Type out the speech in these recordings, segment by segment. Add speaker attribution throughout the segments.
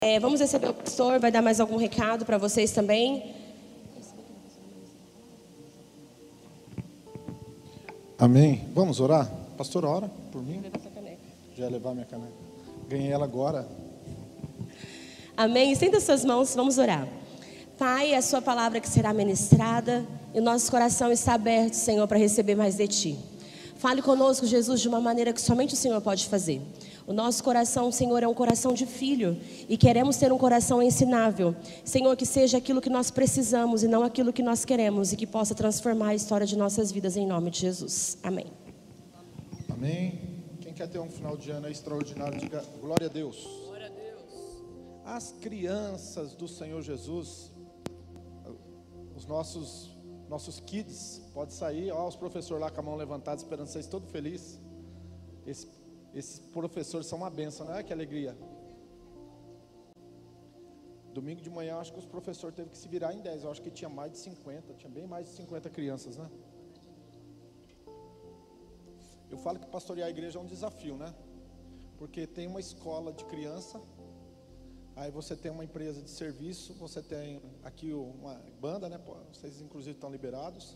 Speaker 1: Vamos receber o pastor, vai dar mais algum recado para vocês também.
Speaker 2: Amém. Vamos orar? Pastor, ora por mim.
Speaker 1: Vou levar essa caneca.
Speaker 2: Já ia levar minha caneca. Ganhei ela agora.
Speaker 1: Amém. Estenda suas mãos, vamos orar. Pai, a sua palavra que será ministrada e o nosso coração está aberto, Senhor, para receber mais de Ti. Fale conosco, Jesus, de uma maneira que somente o Senhor pode fazer. O nosso coração, Senhor, é um coração de filho e queremos ter um coração ensinável. Senhor, que seja aquilo que nós precisamos e não aquilo que nós queremos e que possa transformar a história de nossas vidas em nome de Jesus. Amém.
Speaker 2: Amém. Quem quer ter um final de ano extraordinário, diga glória a Deus.
Speaker 3: Glória a Deus.
Speaker 2: As crianças do Senhor Jesus, os nossos kids, pode sair, ó, os professores lá com a mão levantada, esperando vocês todos felizes. Esses professores são uma bênção, né? Que alegria. Domingo de manhã, acho que os professores teve que se virar em 10. Eu acho que tinha mais de 50, tinha bem mais de 50 crianças, né? Eu falo que pastorear a igreja é um desafio, né? Porque tem uma escola de criança, aí você tem uma empresa de serviço, você tem aqui uma banda, né? Vocês inclusive estão liberados.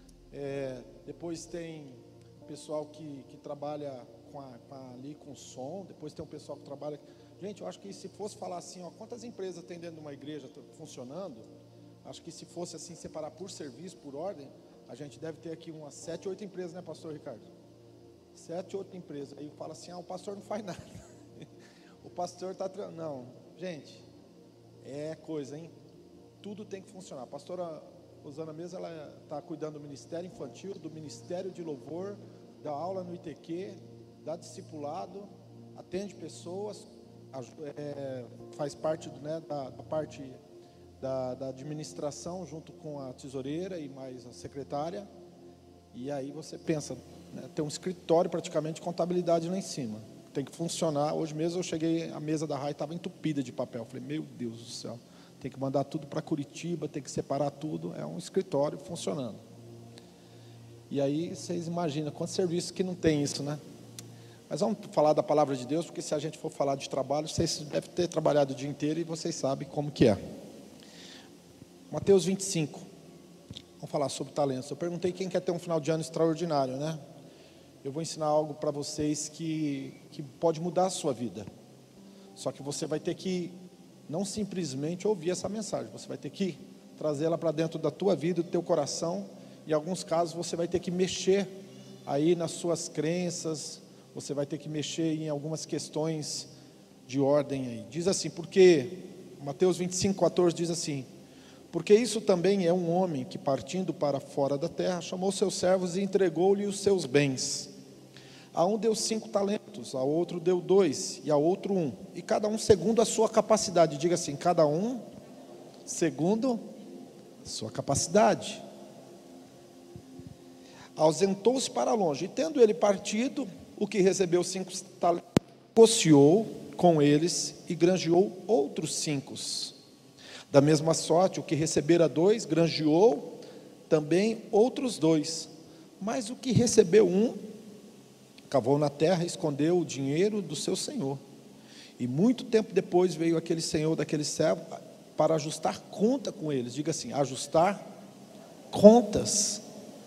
Speaker 2: Depois tem pessoal que trabalha ali com som, depois tem um pessoal que trabalha. Gente, eu acho que se fosse falar assim, ó, quantas empresas tem dentro de uma igreja funcionando, acho que se fosse assim separar por serviço, por ordem, a gente deve ter aqui umas 7, 8 empresas, né, pastor Ricardo? 7, 8 empresas. Aí fala assim, o pastor não faz nada. O pastor está... Não, gente, é coisa, hein? Tudo tem que funcionar. A pastora Rosana mesmo, ela está cuidando do ministério infantil, do ministério de louvor, da aula no ITQ, dá discipulado, atende pessoas, faz parte da parte da administração junto com a tesoureira e mais a secretária. E aí você pensa, né, tem um escritório praticamente de contabilidade lá em cima, tem que funcionar. Hoje mesmo eu cheguei, a mesa da RAI estava entupida de papel, falei, meu Deus do céu, tem que mandar tudo para Curitiba, tem que separar tudo, é um escritório funcionando. E aí vocês imaginam quantos serviços que não tem isso, né? Mas vamos falar da palavra de Deus, porque se a gente for falar de trabalho, vocês devem ter trabalhado o dia inteiro e vocês sabem como que é. Mateus 25, vamos falar sobre talentos. Eu perguntei quem quer ter um final de ano extraordinário, né? Eu vou ensinar algo para vocês que pode mudar a sua vida. Só que você vai ter que não simplesmente ouvir essa mensagem, você vai ter que trazê-la para dentro da tua vida, do teu coração. Em alguns casos você vai ter que mexer aí nas suas crenças, você vai ter que mexer em algumas questões de ordem aí. Diz assim, porque, Mateus 25:14 diz assim, porque isso também é um homem que partindo para fora da terra, chamou seus servos e entregou-lhe os seus bens. A um deu 5 talentos, a outro deu 2, e a outro 1, e cada um segundo a sua capacidade. Diga assim, cada um segundo a sua capacidade. Ausentou-se para longe, e tendo ele partido, o que recebeu 5 talentos, negociou com eles e granjeou outros 5. Da mesma sorte, o que recebera 2, granjeou também outros 2. Mas o que recebeu 1, cavou na terra e escondeu o dinheiro do seu senhor. E muito tempo depois veio aquele senhor daquele servo para ajustar conta com eles. Diga assim, ajustar contas.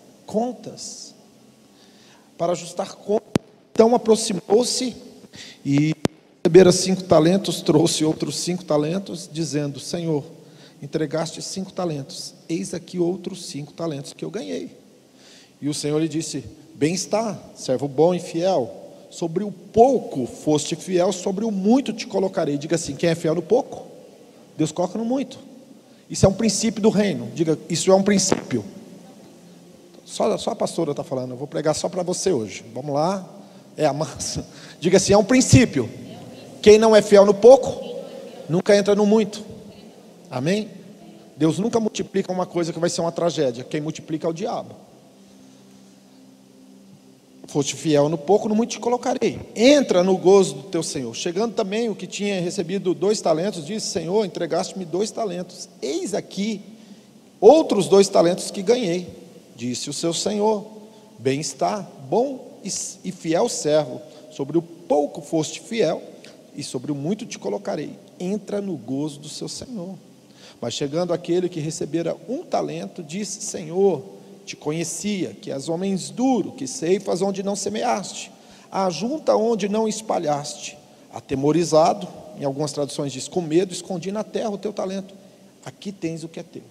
Speaker 2: Para ajustar contas. Então aproximou-se e recebera 5 talentos, trouxe outros 5 talentos, dizendo, Senhor, entregaste 5 talentos, eis aqui outros 5 talentos que eu ganhei. E o Senhor lhe disse, bem está, servo bom e fiel, sobre o pouco foste fiel, sobre o muito te colocarei. Diga assim, quem é fiel no pouco, Deus coloca no muito. Isso é um princípio do reino, diga, isso é um princípio. Só a pastora está falando, eu vou pregar só para você hoje, vamos lá. É a massa. Diga assim, é um princípio. Quem não é fiel no pouco, nunca entra no muito. Amém? Deus nunca multiplica uma coisa que vai ser uma tragédia. Quem multiplica é o diabo. Foste fiel no pouco, no muito te colocarei. Entra no gozo do teu Senhor. Chegando também o que tinha recebido 2 talentos, disse, Senhor, entregaste-me 2 talentos. Eis aqui outros 2 talentos que ganhei. Disse o seu Senhor, bem está, bom e fiel servo, sobre o pouco foste fiel, e sobre o muito te colocarei. Entra no gozo do seu Senhor. Mas chegando aquele que recebera 1 talento, disse: Senhor, te conhecia, que és homem duro, que ceifas onde não semeaste, ajunta onde não espalhaste. Atemorizado, em algumas traduções diz, com medo, escondi na terra o teu talento. Aqui tens o que é teu.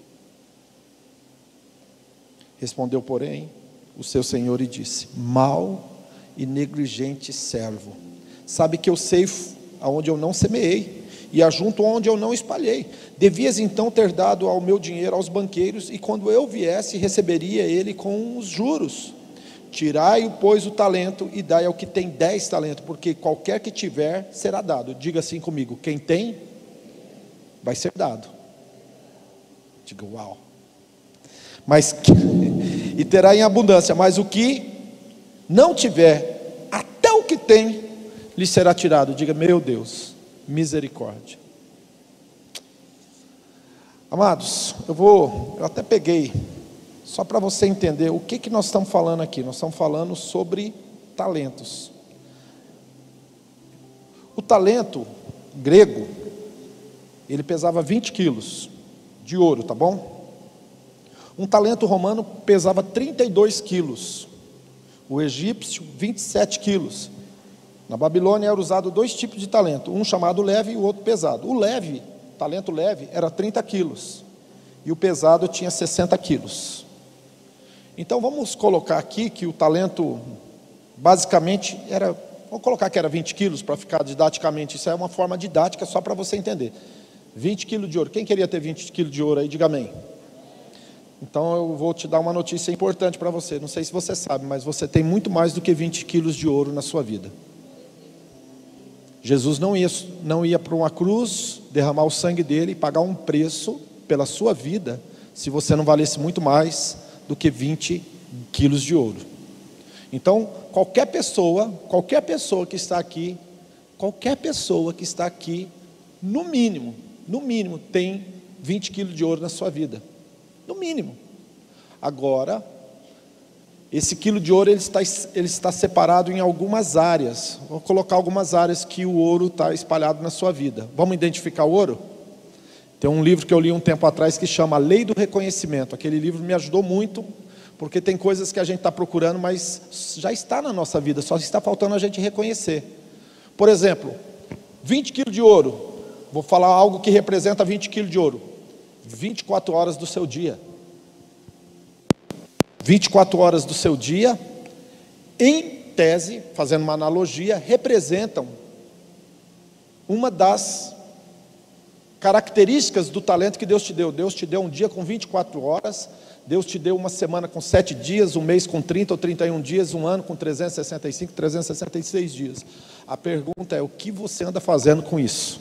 Speaker 2: Respondeu, porém, o seu senhor e disse: mau e negligente servo, sabe que eu ceifo aonde eu não semeei, e ajunto onde eu não espalhei. Devias então ter dado ao meu dinheiro aos banqueiros, e quando eu viesse, receberia ele com os juros. Tirai, pois, o talento e dai ao que tem 10 talentos, porque qualquer que tiver, será dado. Diga assim comigo: quem tem, vai ser dado. Diga, uau. E terá em abundância, mas o que não tiver, até o que tem, lhe será tirado. Diga, meu Deus, misericórdia. Amados, eu até peguei, só para você entender o que nós estamos falando aqui. Nós estamos falando sobre talentos. O talento grego, ele pesava 20 quilos de ouro, tá bom? Um talento romano pesava 32 quilos. O egípcio, 27 quilos. Na Babilônia era usado 2 tipos de talento, um chamado leve e o outro pesado. O leve, talento leve, era 30 quilos, e o pesado tinha 60 quilos. Então vamos colocar aqui que o talento basicamente era, vamos colocar que era 20 quilos para ficar didaticamente, isso é uma forma didática só para você entender. 20 quilos de ouro, quem queria ter 20 quilos de ouro aí, diga amém. Então eu vou te dar uma notícia importante para você, não sei se você sabe, mas você tem muito mais do que 20 quilos de ouro na sua vida. Jesus não ia para uma cruz, derramar o sangue dele e pagar um preço pela sua vida, se você não valesse muito mais do que 20 quilos de ouro. Então, qualquer pessoa que está aqui, no mínimo, tem 20 quilos de ouro na sua vida. No mínimo. Agora, esse quilo de ouro ele está separado em algumas áreas. Vou colocar algumas áreas que o ouro está espalhado na sua vida. Vamos identificar o ouro? Tem um livro que eu li um tempo atrás que chama A Lei do Reconhecimento. Aquele livro me ajudou muito, porque tem coisas que a gente está procurando, mas já está na nossa vida, só está faltando a gente reconhecer. Por exemplo, 20 quilos de ouro. Vou falar algo que representa 20 quilos de ouro. 24 horas do seu dia. 24 horas do seu dia, em tese, fazendo uma analogia, representam uma das características do talento que Deus te deu. Deus te deu um dia com 24 horas, Deus te deu uma semana com 7 dias, um mês com 30 ou 31 dias, um ano com 365, 366 dias. A pergunta é: o que você anda fazendo com isso?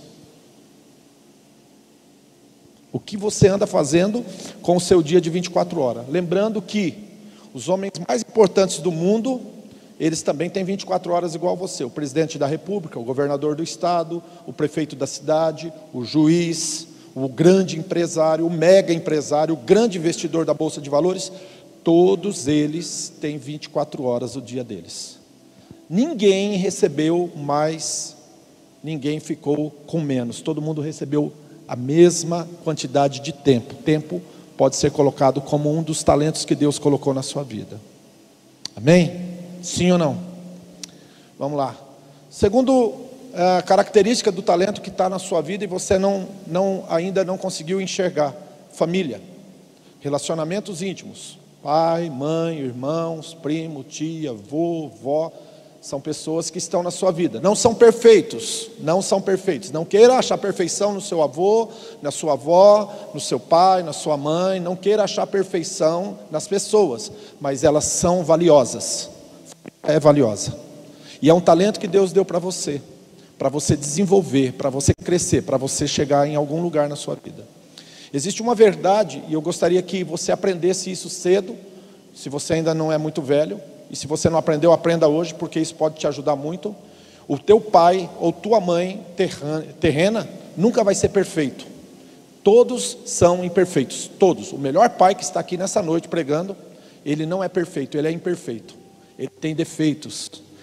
Speaker 2: O que você anda fazendo com o seu dia de 24 horas? Lembrando que os homens mais importantes do mundo, eles também têm 24 horas igual a você. O presidente da república, o governador do estado, o prefeito da cidade, o juiz, o grande empresário, o mega empresário, o grande investidor da bolsa de valores, todos eles têm 24 horas o dia deles. Ninguém recebeu mais, ninguém ficou com menos. Todo mundo recebeu a mesma quantidade de tempo. Tempo pode ser colocado como um dos talentos que Deus colocou na sua vida. Amém? Sim ou não? Vamos lá. Segundo a característica do talento que está na sua vida e você ainda não conseguiu enxergar: família, relacionamentos íntimos, pai, mãe, irmãos, primo, tia, avô, vó. São pessoas que estão na sua vida. Não são perfeitos. Não queira achar perfeição no seu avô, na sua avó, no seu pai, na sua mãe. Não queira achar perfeição nas pessoas, mas elas são valiosas. É valiosa. E é um talento que Deus deu para você desenvolver, para você crescer, para você chegar em algum lugar na sua vida. Existe uma verdade, e eu gostaria que você aprendesse isso cedo, se você ainda não é muito velho. E se você não aprendeu, aprenda hoje, porque isso pode te ajudar muito. O teu pai ou tua mãe terrena nunca vai ser perfeito. Todos são imperfeitos, todos. O melhor pai que está aqui nessa noite pregando, ele não é perfeito, ele é imperfeito. Ele tem defeitos.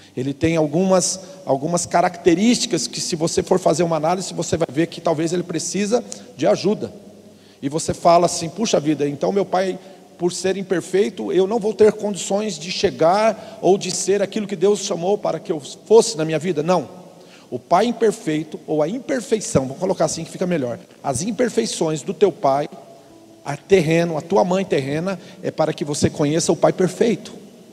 Speaker 2: Ele tem algumas características que, se você for fazer uma análise, você vai ver que talvez ele precisa de ajuda. E você fala assim: puxa vida, então meu pai, por ser imperfeito, eu não vou ter condições de chegar ou de ser aquilo que Deus chamou para que eu fosse na minha vida. Não. O pai imperfeito, ou a imperfeição, vou colocar assim que fica melhor, as imperfeições do teu pai terreno, a tua mãe terrena, é para que você conheça o pai perfeito.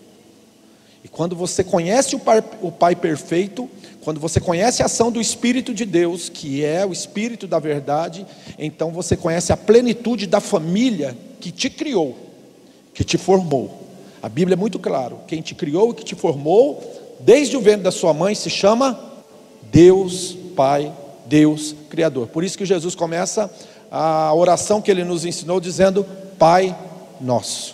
Speaker 2: E quando você conhece o pai perfeito, quando você conhece a ação do Espírito de Deus, que é o Espírito da verdade, então você conhece a plenitude da família que te criou, que te formou. A Bíblia é muito claro: quem te criou e que te formou desde o ventre da sua mãe se chama Deus Pai, Deus Criador. Por isso que Jesus começa a oração que ele nos ensinou dizendo: Pai Nosso,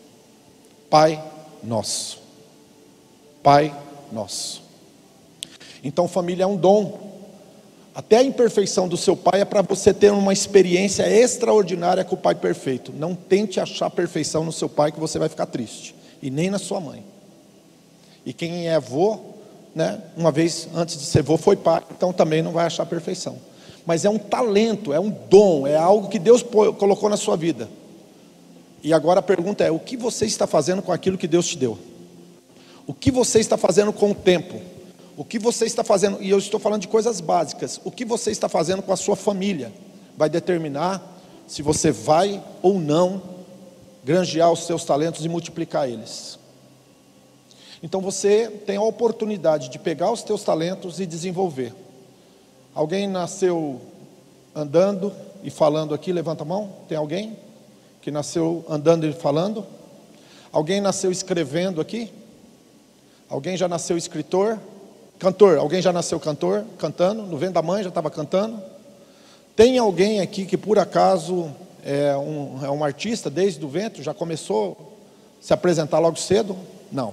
Speaker 2: Pai Nosso, Pai Nosso. Então família é um dom. Até a imperfeição do seu pai é para você ter uma experiência extraordinária com o pai perfeito. Não tente achar perfeição no seu pai, que você vai ficar triste, e nem na sua mãe. E quem é avô, né, uma vez antes de ser avô foi pai, então também não vai achar perfeição. Mas é um talento, é um dom, é algo que Deus colocou na sua vida. E agora a pergunta é: o que você está fazendo com aquilo que Deus te deu? O que você está fazendo com o tempo? O que você está fazendo, e eu estou falando de coisas básicas, o que você está fazendo com a sua família vai determinar se você vai ou não granjear os seus talentos e multiplicar eles. Então você tem a oportunidade de pegar os teus talentos e desenvolver. Alguém nasceu andando e falando aqui? Levanta a mão. Tem alguém que nasceu andando e falando? Alguém nasceu escrevendo aqui? Alguém já nasceu escritor? Cantor, alguém já nasceu cantor, cantando? No ventre da mãe já estava cantando? Tem alguém aqui que por acaso é um artista desde o ventre? Já começou a se apresentar logo cedo? Não.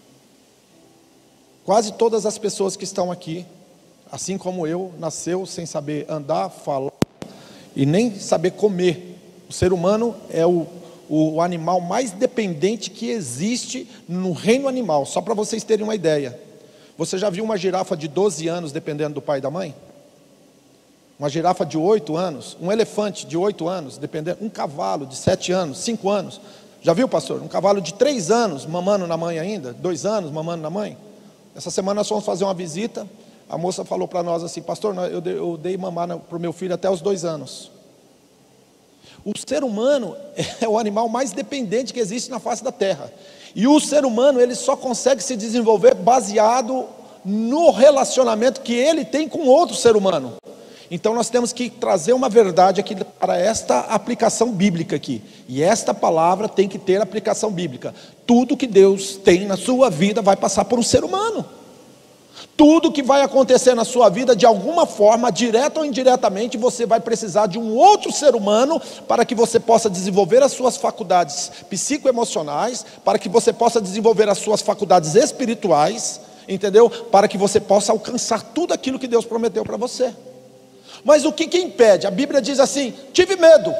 Speaker 2: Quase todas as pessoas que estão aqui, assim como eu, nasceu sem saber andar, falar e nem saber comer. O ser humano é o animal mais dependente que existe no reino animal. Só para vocês terem uma ideia. Você já viu uma girafa de 12 anos dependendo do pai e da mãe? Uma girafa de 8 anos? Um elefante de 8 anos dependendo? Um cavalo de 7 anos, 5 anos? Já viu, pastor? Um cavalo de 3 anos mamando na mãe ainda? 2 anos mamando na mãe? Essa semana nós fomos fazer uma visita. A moça falou para nós assim: pastor, eu dei mamar para o meu filho até os 2 anos. O ser humano é o animal mais dependente que existe na face da terra. E o ser humano, ele só consegue se desenvolver baseado no relacionamento que ele tem com outro ser humano. Então nós temos que trazer uma verdade aqui para esta aplicação bíblica aqui. E esta palavra tem que ter aplicação bíblica. Tudo que Deus tem na sua vida vai passar por um ser humano. Tudo que vai acontecer na sua vida, de alguma forma, direta ou indiretamente, você vai precisar de um outro ser humano para que você possa desenvolver as suas faculdades psicoemocionais, para que você possa desenvolver as suas faculdades espirituais, entendeu? Para que você possa alcançar tudo aquilo que Deus prometeu para você. Mas o que impede? A Bíblia diz assim: tive medo,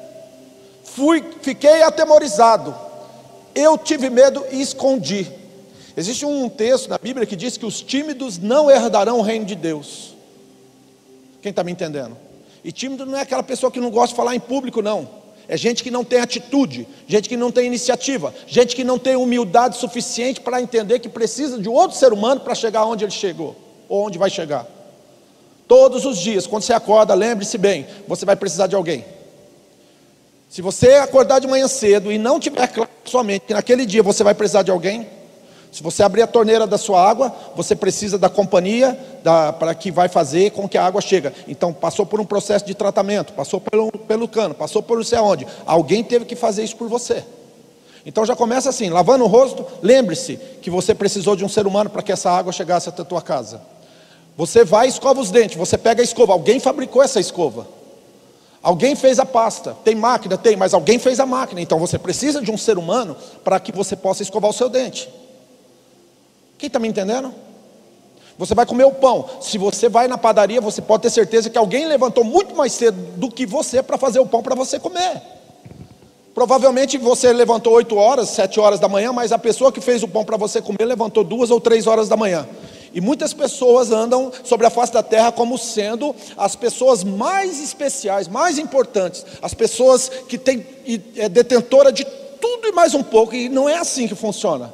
Speaker 2: fiquei atemorizado, eu tive medo e escondi. Existe um texto na Bíblia que diz que os tímidos não herdarão o reino de Deus. Quem está me entendendo? E tímido não é aquela pessoa que não gosta de falar em público, não. É gente que não tem atitude, gente que não tem iniciativa, gente que não tem humildade suficiente para entender que precisa de outro ser humano para chegar onde ele chegou, ou onde vai chegar. Todos os dias, quando você acorda, lembre-se bem, você vai precisar de alguém. Se você acordar de manhã cedo e não tiver claro na sua mente que naquele dia você vai precisar de alguém, se você abrir a torneira da sua água, você precisa da companhia para que vai fazer com que a água chegue. Então passou por um processo de tratamento, passou pelo cano, passou por não sei aonde. Alguém teve que fazer isso por você. Então já começa assim, lavando o rosto. Lembre-se que você precisou de um ser humano para que essa água chegasse até a tua casa. Você vai e escova os dentes, você pega a escova, alguém fabricou essa escova. Alguém fez a pasta, tem máquina? Tem, mas alguém fez a máquina. Então você precisa de um ser humano para que você possa escovar o seu dente. Quem está me entendendo? Você vai comer o pão. Se você vai na padaria, você pode ter certeza que alguém levantou muito mais cedo do que você para fazer o pão para você comer. Provavelmente você levantou 8 horas, 7 horas da manhã, mas a pessoa que fez o pão para você comer levantou 2 ou 3 horas da manhã. E muitas pessoas andam sobre a face da terra como sendo as pessoas mais especiais, mais importantes, as pessoas que têm, é detentora de tudo e mais um pouco, e não é assim que funciona.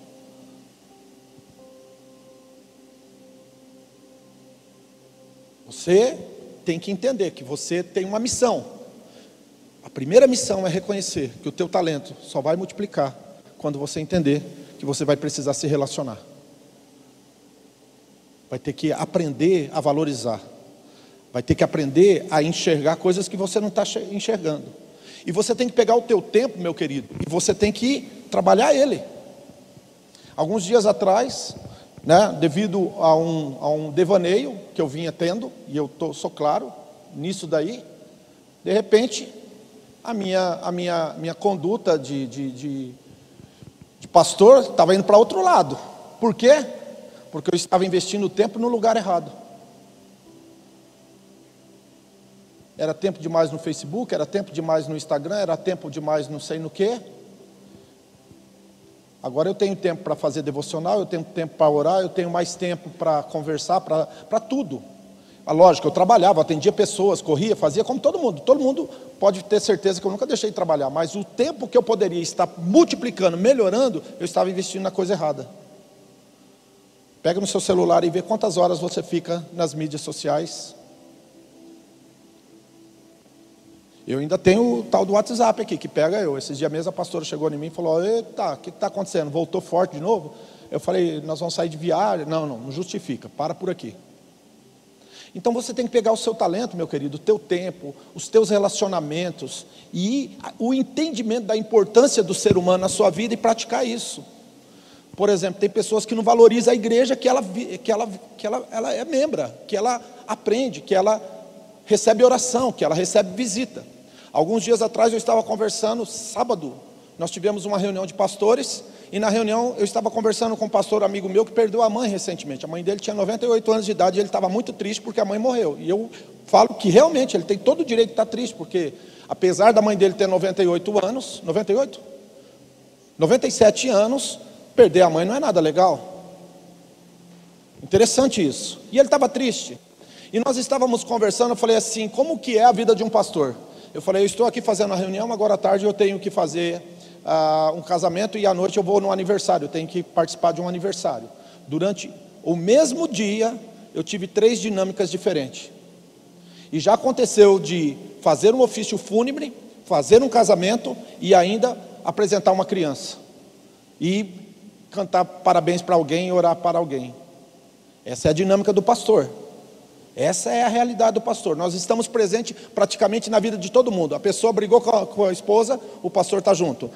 Speaker 2: Você tem que entender que você tem uma missão. A primeira missão é reconhecer que o teu talento só vai multiplicar quando você entender que você vai precisar se relacionar. Vai ter que aprender a valorizar. Vai ter que aprender a enxergar coisas que você não está enxergando. E você tem que pegar o teu tempo, meu querido, e você tem que trabalhar ele. Alguns dias atrás, né, devido a um devaneio que eu vinha tendo, e eu sou claro nisso daí, de repente, a minha conduta de pastor estava indo para outro lado. Por quê? Porque eu estava investindo tempo no lugar errado. Era tempo demais no Facebook, era tempo demais no Instagram, era tempo demais não sei no quê. Agora eu tenho tempo para fazer devocional, eu tenho tempo para orar, eu tenho mais tempo para conversar, para tudo. Lógico, eu trabalhava, atendia pessoas, corria, fazia como todo mundo. Todo mundo pode ter certeza que eu nunca deixei de trabalhar, mas o tempo que eu poderia estar multiplicando, melhorando, eu estava investindo na coisa errada. Pega no seu celular e vê quantas horas você fica nas mídias sociais. Eu ainda tenho o tal do WhatsApp aqui, que pega eu. Esses dias mesmo a pastora chegou em mim e falou: eita, o que está acontecendo? Voltou forte de novo? Eu falei: nós vamos sair de viagem. Não justifica, para por aqui. Então você tem que pegar o seu talento, meu querido, o teu tempo, os teus relacionamentos e o entendimento da importância do ser humano na sua vida e praticar isso. Por exemplo, tem pessoas que não valorizam a igreja que ela é membra, que ela aprende, que ela recebe oração, que ela recebe visita. Alguns dias atrás eu estava conversando, sábado, nós tivemos uma reunião de pastores, e na reunião eu estava conversando com um pastor amigo meu que perdeu a mãe recentemente. A mãe dele tinha 98 anos de idade e ele estava muito triste porque a mãe morreu. E eu falo que realmente ele tem todo o direito de estar triste, porque apesar da mãe dele ter 98 anos, 98? 97 anos, perder a mãe não é nada legal. Interessante isso. E ele estava triste. E nós estávamos conversando, eu falei assim: como que é a vida de um pastor? Eu falei: eu estou aqui fazendo a reunião, agora à tarde eu tenho que fazer um casamento e à noite eu vou no aniversário, eu tenho que participar de um aniversário. Durante o mesmo dia, eu tive 3 dinâmicas diferentes. E já aconteceu de fazer um ofício fúnebre, fazer um casamento e ainda apresentar uma criança. E cantar parabéns para alguém e orar para alguém. Essa é a dinâmica do pastor. Essa é a realidade do pastor. Nós estamos presentes praticamente na vida de todo mundo. A pessoa brigou com a esposa, o pastor está junto.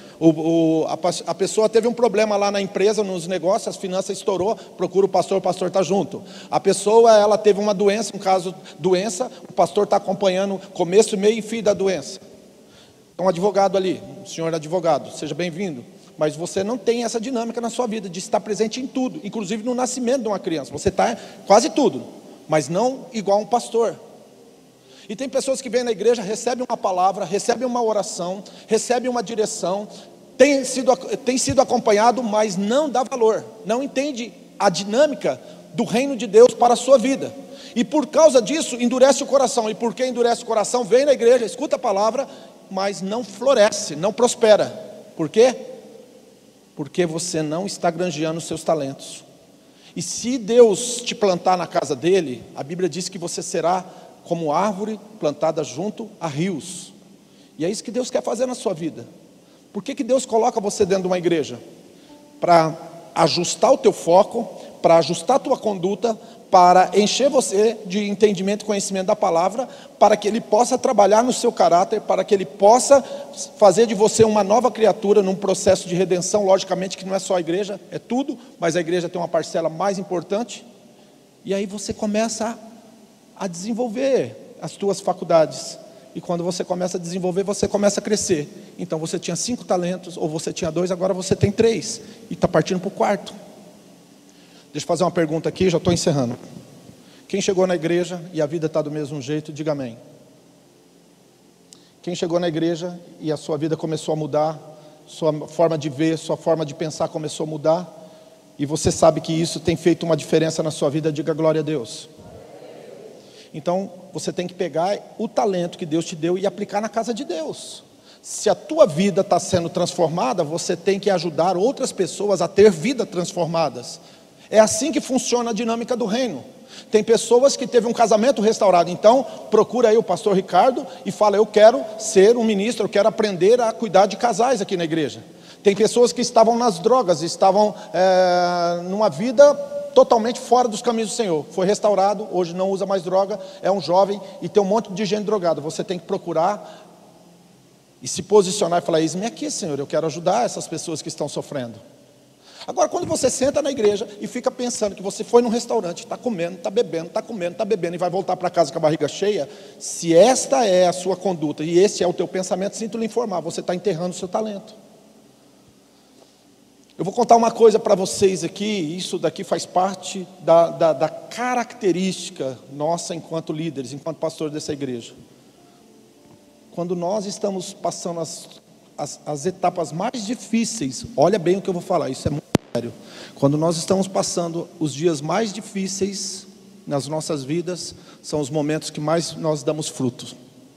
Speaker 2: A pessoa teve um problema lá na empresa, nos negócios, as finanças estourou, procura o pastor está junto. A pessoa, ela teve uma doença, um caso doença, o pastor está acompanhando começo, meio e fim da doença. Tem um advogado ali, o senhor advogado, seja bem-vindo. Mas você não tem essa dinâmica na sua vida de estar presente em tudo, inclusive no nascimento de uma criança. Você está quase tudo, mas não igual um pastor. E tem pessoas que vêm na igreja, recebem uma palavra, recebem uma oração, recebem uma direção, tem sido acompanhado, mas não dá valor, não entende a dinâmica do reino de Deus para a sua vida. E por causa disso, endurece o coração. E porque endurece o coração, vem na igreja, escuta a palavra, mas não floresce, não prospera. Por quê? Porque você não está granjeando os seus talentos. E se Deus te plantar na casa dele, a Bíblia diz que você será como árvore plantada junto a rios. E é isso que Deus quer fazer na sua vida. Por que Deus coloca você dentro de uma igreja? Para ajustar o teu foco, para ajustar a tua conduta, para encher você de entendimento e conhecimento da palavra, para que Ele possa trabalhar no seu caráter, para que Ele possa fazer de você uma nova criatura num processo de redenção. Logicamente que não é só a igreja, é tudo, mas a igreja tem uma parcela mais importante. E aí você começa a desenvolver as tuas faculdades. E quando você começa a desenvolver, você começa a crescer. Então você tinha 5 talentos, ou você tinha 2, agora você tem 3. E está partindo para o 4. Deixa eu fazer uma pergunta aqui, já estou encerrando. Quem chegou na igreja e a vida está do mesmo jeito, diga amém. Quem chegou na igreja e a sua vida começou a mudar, sua forma de ver, sua forma de pensar começou a mudar, e você sabe que isso tem feito uma diferença na sua vida, diga glória a Deus. Então, você tem que pegar o talento que Deus te deu e aplicar na casa de Deus. Se a tua vida está sendo transformada, você tem que ajudar outras pessoas a ter vidas transformadas. É assim que funciona a dinâmica do reino. Tem pessoas que teve um casamento restaurado, então procura aí o pastor Ricardo e fala: eu quero ser um ministro, eu quero aprender a cuidar de casais aqui na igreja. Tem pessoas que estavam nas drogas, estavam numa vida totalmente fora dos caminhos do Senhor, foi restaurado, hoje não usa mais droga, é um jovem, e tem um monte de gente drogada. Você tem que procurar e se posicionar e falar: eis-me aqui, Senhor, eu quero ajudar essas pessoas que estão sofrendo. Agora, quando você senta na igreja e fica pensando que você foi num restaurante, está comendo, está bebendo, está comendo, está bebendo, e vai voltar para casa com a barriga cheia, se esta é a sua conduta e esse é o teu pensamento, sinto lhe informar, você está enterrando o seu talento. Eu vou contar uma coisa para vocês aqui, isso daqui faz parte da característica nossa enquanto líderes, enquanto pastores dessa igreja. Quando nós estamos passando as etapas mais difíceis, olha bem o que eu vou falar, isso é muito sério. Quando nós estamos passando os dias mais difíceis nas nossas vidas, são os momentos que mais nós damos frutos.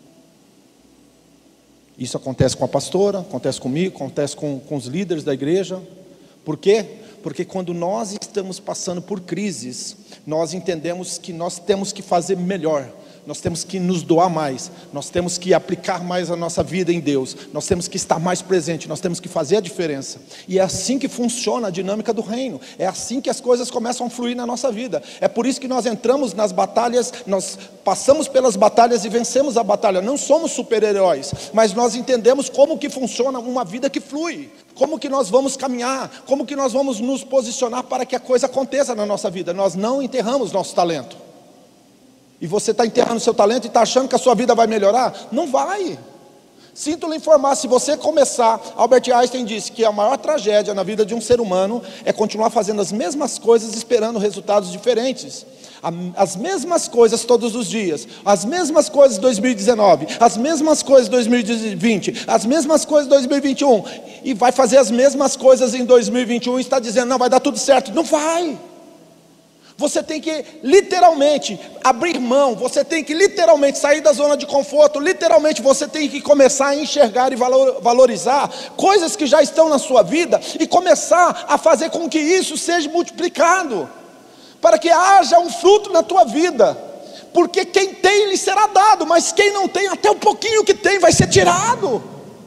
Speaker 2: Isso acontece com a pastora, acontece comigo, acontece com os líderes da igreja. Por quê? Porque quando nós estamos passando por crises, nós entendemos que nós temos que fazer melhor, nós temos que nos doar mais, nós temos que aplicar mais a nossa vida em Deus, nós temos que estar mais presente, nós temos que fazer a diferença. E é assim que funciona a dinâmica do reino, é assim que as coisas começam a fluir na nossa vida. É por isso que nós entramos nas batalhas, nós passamos pelas batalhas e vencemos a batalha. Não somos super-heróis, mas nós entendemos como que funciona uma vida que flui, como que nós vamos caminhar, como que nós vamos nos posicionar para que a coisa aconteça na nossa vida. Nós não enterramos nosso talento. E você está enterrando seu talento e está achando que a sua vida vai melhorar? Não vai. Sinto lhe informar, se você começar, Albert Einstein disse que a maior tragédia na vida de um ser humano é continuar fazendo as mesmas coisas, esperando resultados diferentes. As mesmas coisas todos os dias, as mesmas coisas 2019, as mesmas coisas 2020, as mesmas coisas 2021, e vai fazer as mesmas coisas em 2021 e está dizendo: não, vai dar tudo certo. Não vai. Você tem que literalmente abrir mão, você tem que literalmente sair da zona de conforto, literalmente você tem que começar a enxergar e valorizar coisas que já estão na sua vida e começar a fazer com que isso seja multiplicado, para que haja um fruto na tua vida, porque quem tem lhe será dado, mas quem não tem, até o pouquinho que tem vai ser tirado.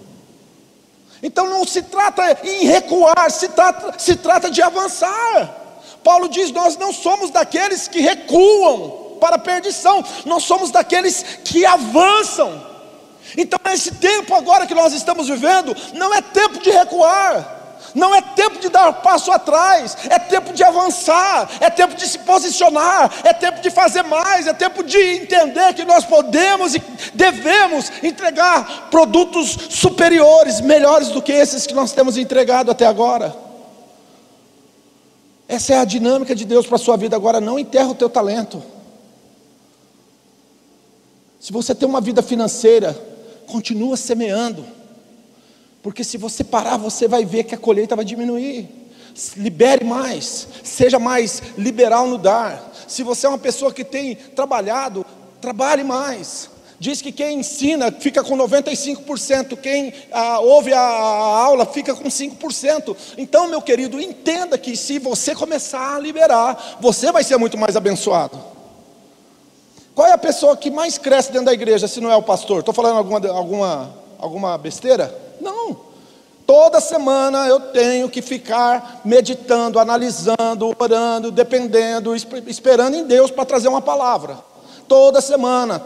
Speaker 2: Então não se trata em recuar, se trata de avançar. Paulo diz: nós não somos daqueles que recuam para a perdição, nós somos daqueles que avançam. Então nesse tempo agora que nós estamos vivendo, não é tempo de recuar, não é tempo de dar passo atrás, é tempo de avançar, é tempo de se posicionar, é tempo de fazer mais, é tempo de entender que nós podemos e devemos entregar produtos superiores, melhores do que esses que nós temos entregado até agora. Essa é a dinâmica de Deus para a sua vida. Agora, não enterra o teu talento. Se você tem uma vida financeira, continua semeando, porque se você parar, você vai ver que a colheita vai diminuir. Libere mais, seja mais liberal no dar. Se você é uma pessoa que tem trabalhado, trabalhe mais. Diz que quem ensina fica com 95%, quem ouve a aula fica com 5%. Então, meu querido, entenda que se você começar a liberar, você vai ser muito mais abençoado. Qual é a pessoa que mais cresce dentro da igreja, se não é o pastor? Estou falando alguma besteira? Não. Toda semana eu tenho que ficar meditando, analisando, orando, dependendo, esperando em Deus para trazer uma palavra. Toda semana.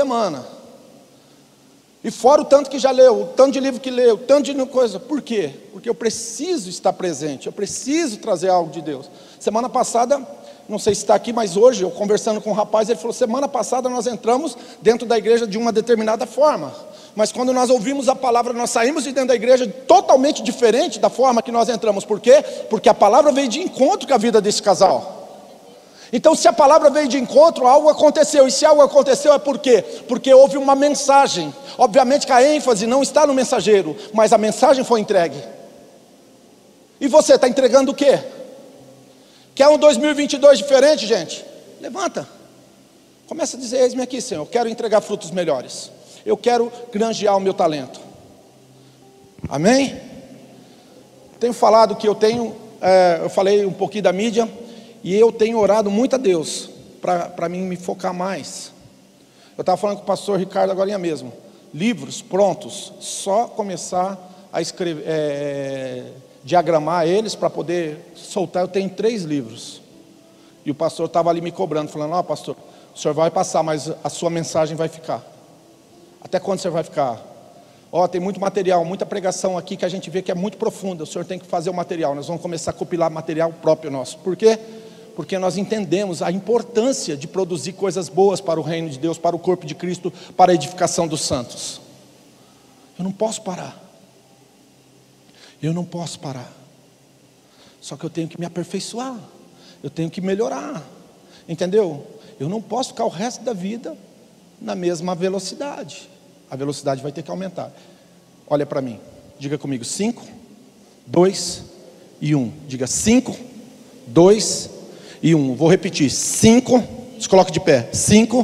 Speaker 2: E fora o tanto que já leu, o tanto de livro que leu, o tanto de coisa. Por quê? Porque eu preciso estar presente, eu preciso trazer algo de Deus. Semana passada, não sei se está aqui, mas hoje, eu conversando com um rapaz, ele falou: semana passada nós entramos dentro da igreja de uma determinada forma, mas quando nós ouvimos a palavra, nós saímos de dentro da igreja totalmente diferente da forma que nós entramos. Por quê? Porque a palavra veio de encontro com a vida desse casal. Então, se a palavra veio de encontro, algo aconteceu. E se algo aconteceu, é por quê? Porque houve uma mensagem. Obviamente que a ênfase não está no mensageiro, mas a mensagem foi entregue. E você está entregando o quê? Quer um 2022 diferente, gente? Levanta. Começa a dizer: eis-me aqui, Senhor, eu quero entregar frutos melhores. Eu quero granjear o meu talento. Amém? Tenho falado que eu falei um pouquinho da mídia. E eu tenho orado muito a Deus para mim me focar mais. Eu estava falando com o pastor Ricardo agora mesmo. Livros prontos, só começar a escrever, diagramar eles para poder soltar. Eu tenho 3 livros. E o pastor estava ali me cobrando, falando: ó, pastor, o senhor vai passar, mas a sua mensagem vai ficar. Até quando você vai ficar? Ó, tem muito material, muita pregação aqui que a gente vê que é muito profunda. O senhor tem que fazer o material. Nós vamos começar a compilar material próprio nosso. Por quê? Porque nós entendemos a importância de produzir coisas boas para o reino de Deus, para o corpo de Cristo, para a edificação dos santos. Eu não posso parar. Eu não posso parar. Só que eu tenho que me aperfeiçoar. Eu tenho que melhorar. Entendeu? Eu não posso ficar o resto da vida na mesma velocidade. A velocidade vai ter que aumentar. Olha para mim. Diga comigo: 5, 2 e 1. Diga: 5, 2 e 1. Vou repetir: 5, se coloque de pé. 5,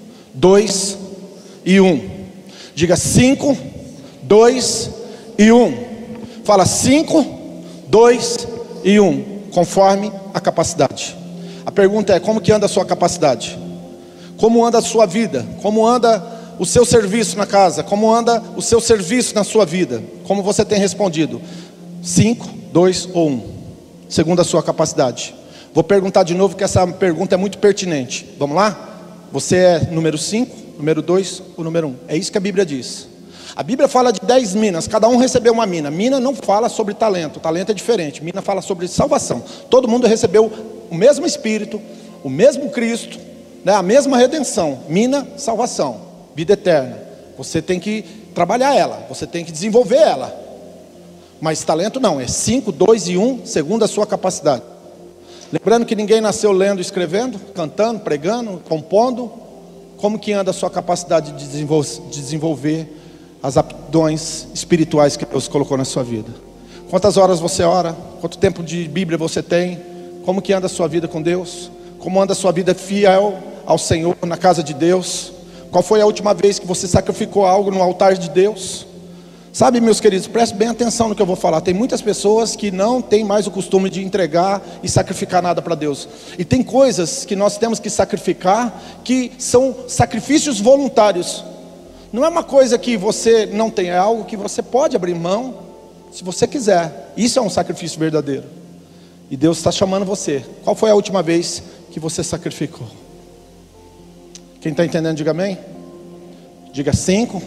Speaker 2: 2 e 1. Diga: 5, 2 e 1. Fala: 5, 2 e 1. Conforme a capacidade. A pergunta é: como que anda a sua capacidade? Como anda a sua vida? Como anda o seu serviço na casa? Como anda o seu serviço na sua vida? Como você tem respondido? 5, 2 ou 1, segundo a sua capacidade. Vou perguntar de novo, que essa pergunta é muito pertinente. Vamos lá? Você é número 5, número 2 ou número 1? É isso que a Bíblia diz. A Bíblia fala de 10 minas, cada um recebeu uma mina. Mina não fala sobre talento, talento é diferente. Mina fala sobre salvação. Todo mundo recebeu o mesmo Espírito, o mesmo Cristo, né? A mesma redenção. Mina, salvação, vida eterna. Você tem que trabalhar ela, você tem que desenvolver ela. Mas talento não, é 5, 2 e 1, segundo a sua capacidade. Lembrando que ninguém nasceu lendo, escrevendo, cantando, pregando, compondo. Como que anda a sua capacidade de desenvolver as aptidões espirituais que Deus colocou na sua vida? Quantas horas você ora? Quanto tempo de Bíblia você tem? Como que anda a sua vida com Deus? Como anda a sua vida fiel ao Senhor, na casa de Deus? Qual foi a última vez que você sacrificou algo no altar de Deus? Sabe, meus queridos, preste bem atenção no que eu vou falar. Tem muitas pessoas que não têm mais o costume de entregar e sacrificar nada para Deus. E tem coisas que nós temos que sacrificar, que são sacrifícios voluntários. Não é uma coisa que você não tem, é algo que você pode abrir mão, se você quiser. Isso é um sacrifício verdadeiro. E Deus está chamando você. Qual foi a última vez que você sacrificou? Quem está entendendo, diga amém. Diga 5,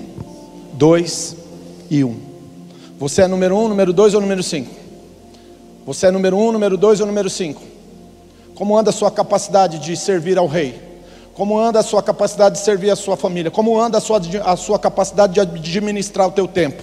Speaker 2: 2 e 1. Você é número 1, número 2 ou número 5? Você é número 1, número 2 ou número 5? Como anda a sua capacidade de servir ao rei? Como anda a sua capacidade de servir a sua família? Como anda a sua capacidade de administrar o teu tempo?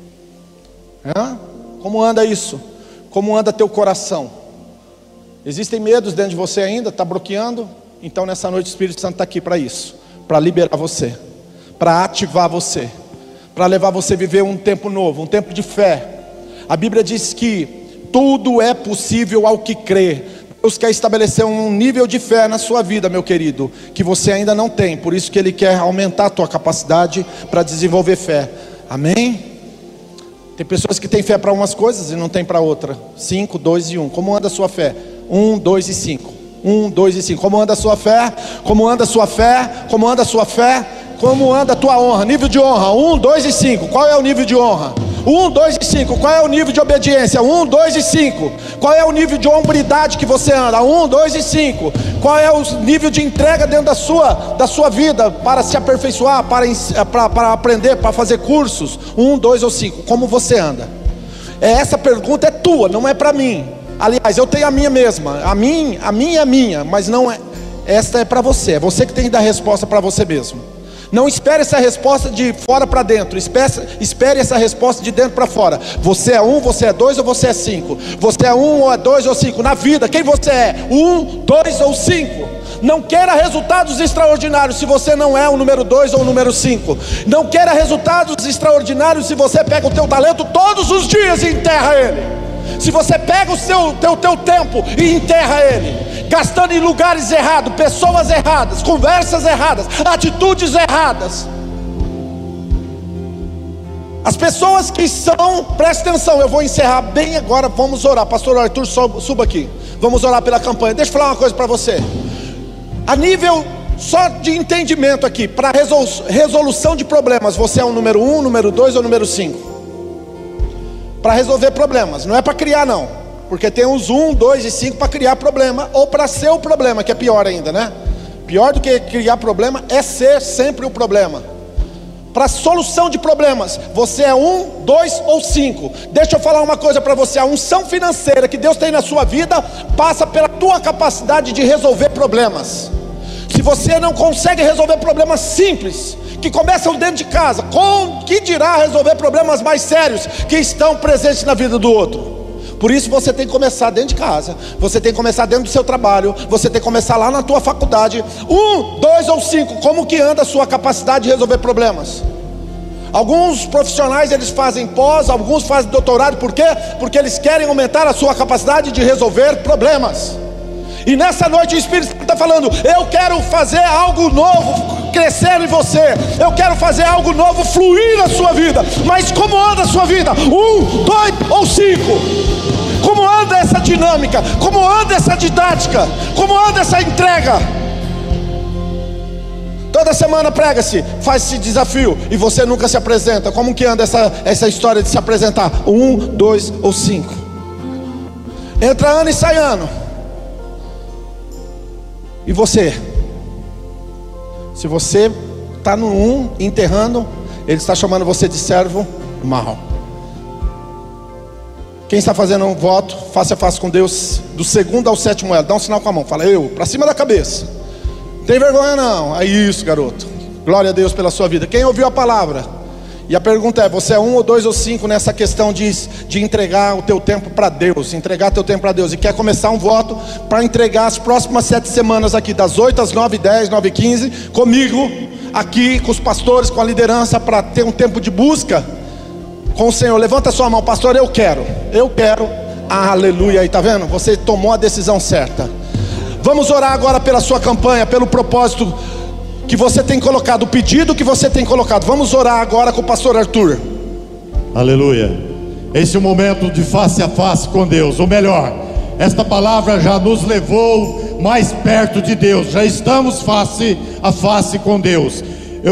Speaker 2: Como anda isso? Como anda teu coração? Existem medos dentro de você ainda? Está bloqueando? Então nessa noite o Espírito Santo está aqui para isso, para liberar você, para ativar você, para levar você a viver um tempo novo, um tempo de fé. A Bíblia diz que tudo é possível ao que crê. Deus quer estabelecer um nível de fé na sua vida, meu querido, que você ainda não tem. Por isso que Ele quer aumentar a tua capacidade para desenvolver fé. Amém? Tem pessoas que têm fé para umas coisas e não tem para outra. 5, 2 e 1. Como anda a sua fé? 1, 2 e 5. 1, 2 e 5. Como anda a sua fé? Como anda a sua fé? Como anda a sua fé? Como anda a tua honra? Nível de honra. 1, 2 e 5. Qual é o nível de honra? 1, 2 e 5. Qual é o nível de obediência? 1, 2 e 5. Qual é o nível de hombridade que você anda? 1, 2 e 5. Qual é o nível de entrega dentro da sua vida para se aperfeiçoar, para aprender, para fazer cursos? 1, 2 ou 5. Como você anda? Essa pergunta é tua, não é para mim. Aliás, eu tenho a minha mesma. A minha é minha, mas não é. Esta é para você. É você que tem que dar a resposta para você mesmo. Não espere essa resposta de fora para dentro, espere essa resposta de dentro para fora. Você é 1, você é 2 ou você é 5? Você é 1 ou é 2 ou 5? Na vida, quem você é? 1, 2 ou 5? Não queira resultados extraordinários se você não é o número 2 ou o número 5. Não queira resultados extraordinários se você pega o teu talento todos os dias e enterra ele. Se você pega o teu tempo e enterra ele, gastando em lugares errados, pessoas erradas, conversas erradas, atitudes erradas. As pessoas que são, presta atenção, eu vou encerrar bem agora, vamos orar. Pastor Arthur, suba aqui, vamos orar pela campanha. Deixa eu falar uma coisa para você. A nível só de entendimento aqui, para resolução de problemas, você é o número 1, número 2 ou número 5? Para resolver problemas, não é para criar não, porque tem os 1, 2 e 5 para criar problema, ou para ser o problema, que é pior ainda, né? Pior do que criar problema é ser sempre o problema. Para solução de problemas, você é 1, 2 ou 5. Deixa eu falar uma coisa para você: a unção financeira que Deus tem na sua vida passa pela tua capacidade de resolver problemas. Se você não consegue resolver problemas simples, que começam dentro de casa, com que dirá resolver problemas mais sérios que estão presentes na vida do outro? Por isso você tem que começar dentro de casa, você tem que começar dentro do seu trabalho, você tem que começar lá na tua faculdade. 1, 2 ou 5, como que anda a sua capacidade de resolver problemas? Alguns profissionais eles fazem pós, alguns fazem doutorado, por quê? Porque eles querem aumentar a sua capacidade de resolver problemas. E nessa noite o Espírito Santo está falando: eu quero fazer algo novo crescer em você, eu quero fazer algo novo fluir na sua vida. Mas como anda a sua vida? 1, 2 ou 5? Como anda essa dinâmica? Como anda essa didática? Como anda essa entrega? Toda semana prega-se, faz esse desafio e você nunca se apresenta. Como que anda essa história de se apresentar? 1, 2 ou 5? Entra ano e sai ano. E você? Se você está no 1 enterrando, ele está chamando você de servo mau. Quem está fazendo um voto face a face com Deus, do 2º ao 7º elo, dá um sinal com a mão, fala: eu, para cima da cabeça. Não tem vergonha não. É isso, garoto. Glória a Deus pela sua vida. Quem ouviu a palavra? E a pergunta é: você é 1 ou 2 ou 5 nessa questão de entregar o teu tempo para Deus, entregar teu tempo para Deus, e quer começar um voto para entregar as próximas 7 semanas aqui, das 8 às 9h10, 9h15, comigo, aqui com os pastores, com a liderança, para ter um tempo de busca com o Senhor? Levanta sua mão, pastor, eu quero, aleluia, aí tá vendo? Você tomou a decisão certa. Vamos orar agora pela sua campanha, pelo propósito que você tem colocado, o pedido que você tem colocado. Vamos orar agora com o pastor Arthur.
Speaker 3: Aleluia. Esse é o momento de face a face com Deus. Ou melhor, esta palavra já nos levou mais perto de Deus. Já estamos face a face com Deus.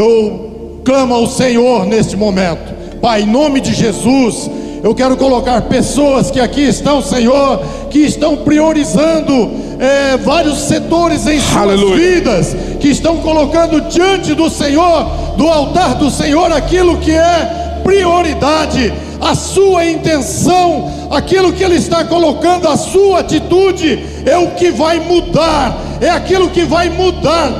Speaker 3: Eu clamo ao Senhor neste momento. Pai, em nome de Jesus, eu quero colocar pessoas que aqui estão, Senhor, que estão priorizando vários setores em suas vidas, que estão colocando diante do Senhor, do altar do Senhor, aquilo que é prioridade, a sua intenção, aquilo que Ele está colocando, a sua atitude, é o que vai mudar, é aquilo que vai mudar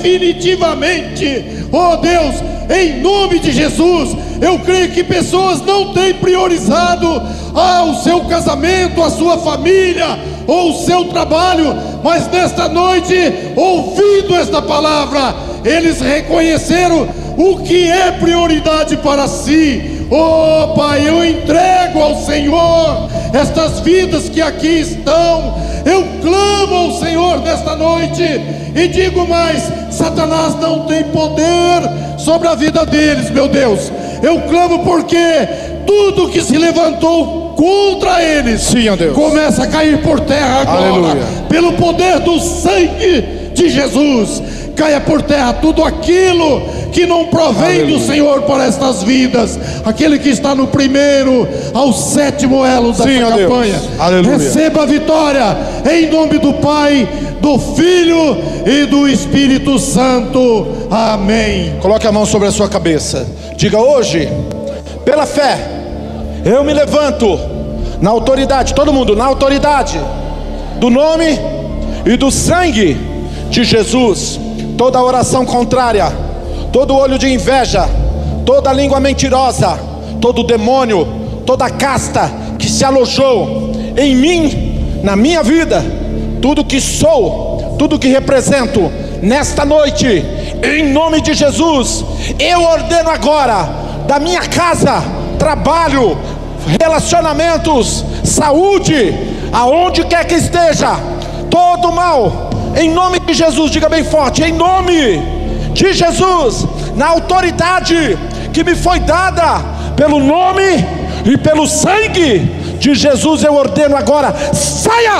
Speaker 3: definitivamente. Oh Deus, em nome de Jesus, eu creio que pessoas não têm priorizado o seu casamento, a sua família, ou o seu trabalho, mas nesta noite, ouvindo esta palavra, eles reconheceram o que é prioridade para si. Oh Pai, eu entrego ao Senhor estas vidas que aqui estão. Eu clamo ao Senhor nesta noite e digo mais: Satanás não tem poder sobre a vida deles, meu Deus. Eu clamo porque tudo que se levantou contra eles, sim, ó Deus, começa a cair por terra agora. Aleluia. Pelo poder do sangue de Jesus, caia por terra tudo aquilo que não provém, aleluia, do Senhor para estas vidas. Aquele que está no 1º ao 7º elo dessa, sim, campanha, receba a vitória em nome do Pai, do Filho e do Espírito Santo. Amém.
Speaker 2: Coloque a mão sobre a sua cabeça. Diga: hoje, pela fé, eu me levanto na autoridade, todo mundo, na autoridade do nome e do sangue de Jesus. Toda oração contrária, todo olho de inveja, toda língua mentirosa, todo demônio, toda casta que se alojou em mim, na minha vida, tudo que sou, tudo que represento, nesta noite, em nome de Jesus, eu ordeno agora, da minha casa, trabalho, relacionamentos, saúde, aonde quer que esteja, todo mal, em nome de Jesus, diga bem forte, em nome de Jesus, na autoridade que me foi dada pelo nome e pelo sangue de Jesus, eu ordeno agora, saia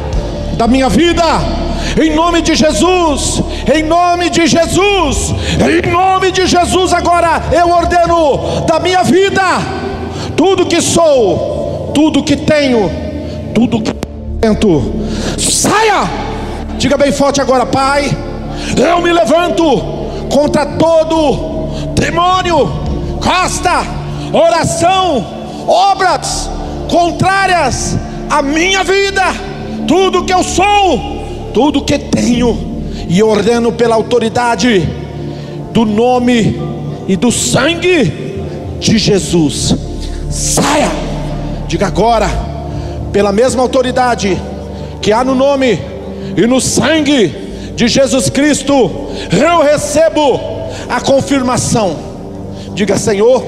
Speaker 2: da minha vida, em nome de Jesus, em nome de Jesus, em nome de Jesus, agora eu ordeno da minha vida, tudo que sou, tudo que tenho, tudo que tento, saia, diga bem forte agora, Pai, eu me levanto contra todo demônio, casta, oração, obras contrárias à minha vida, tudo que eu sou, tudo que tenho, e ordeno pela autoridade do nome e do sangue de Jesus, saia, diga agora, pela mesma autoridade que há no nome e no sangue de Jesus Cristo, eu recebo a confirmação. Diga: Senhor,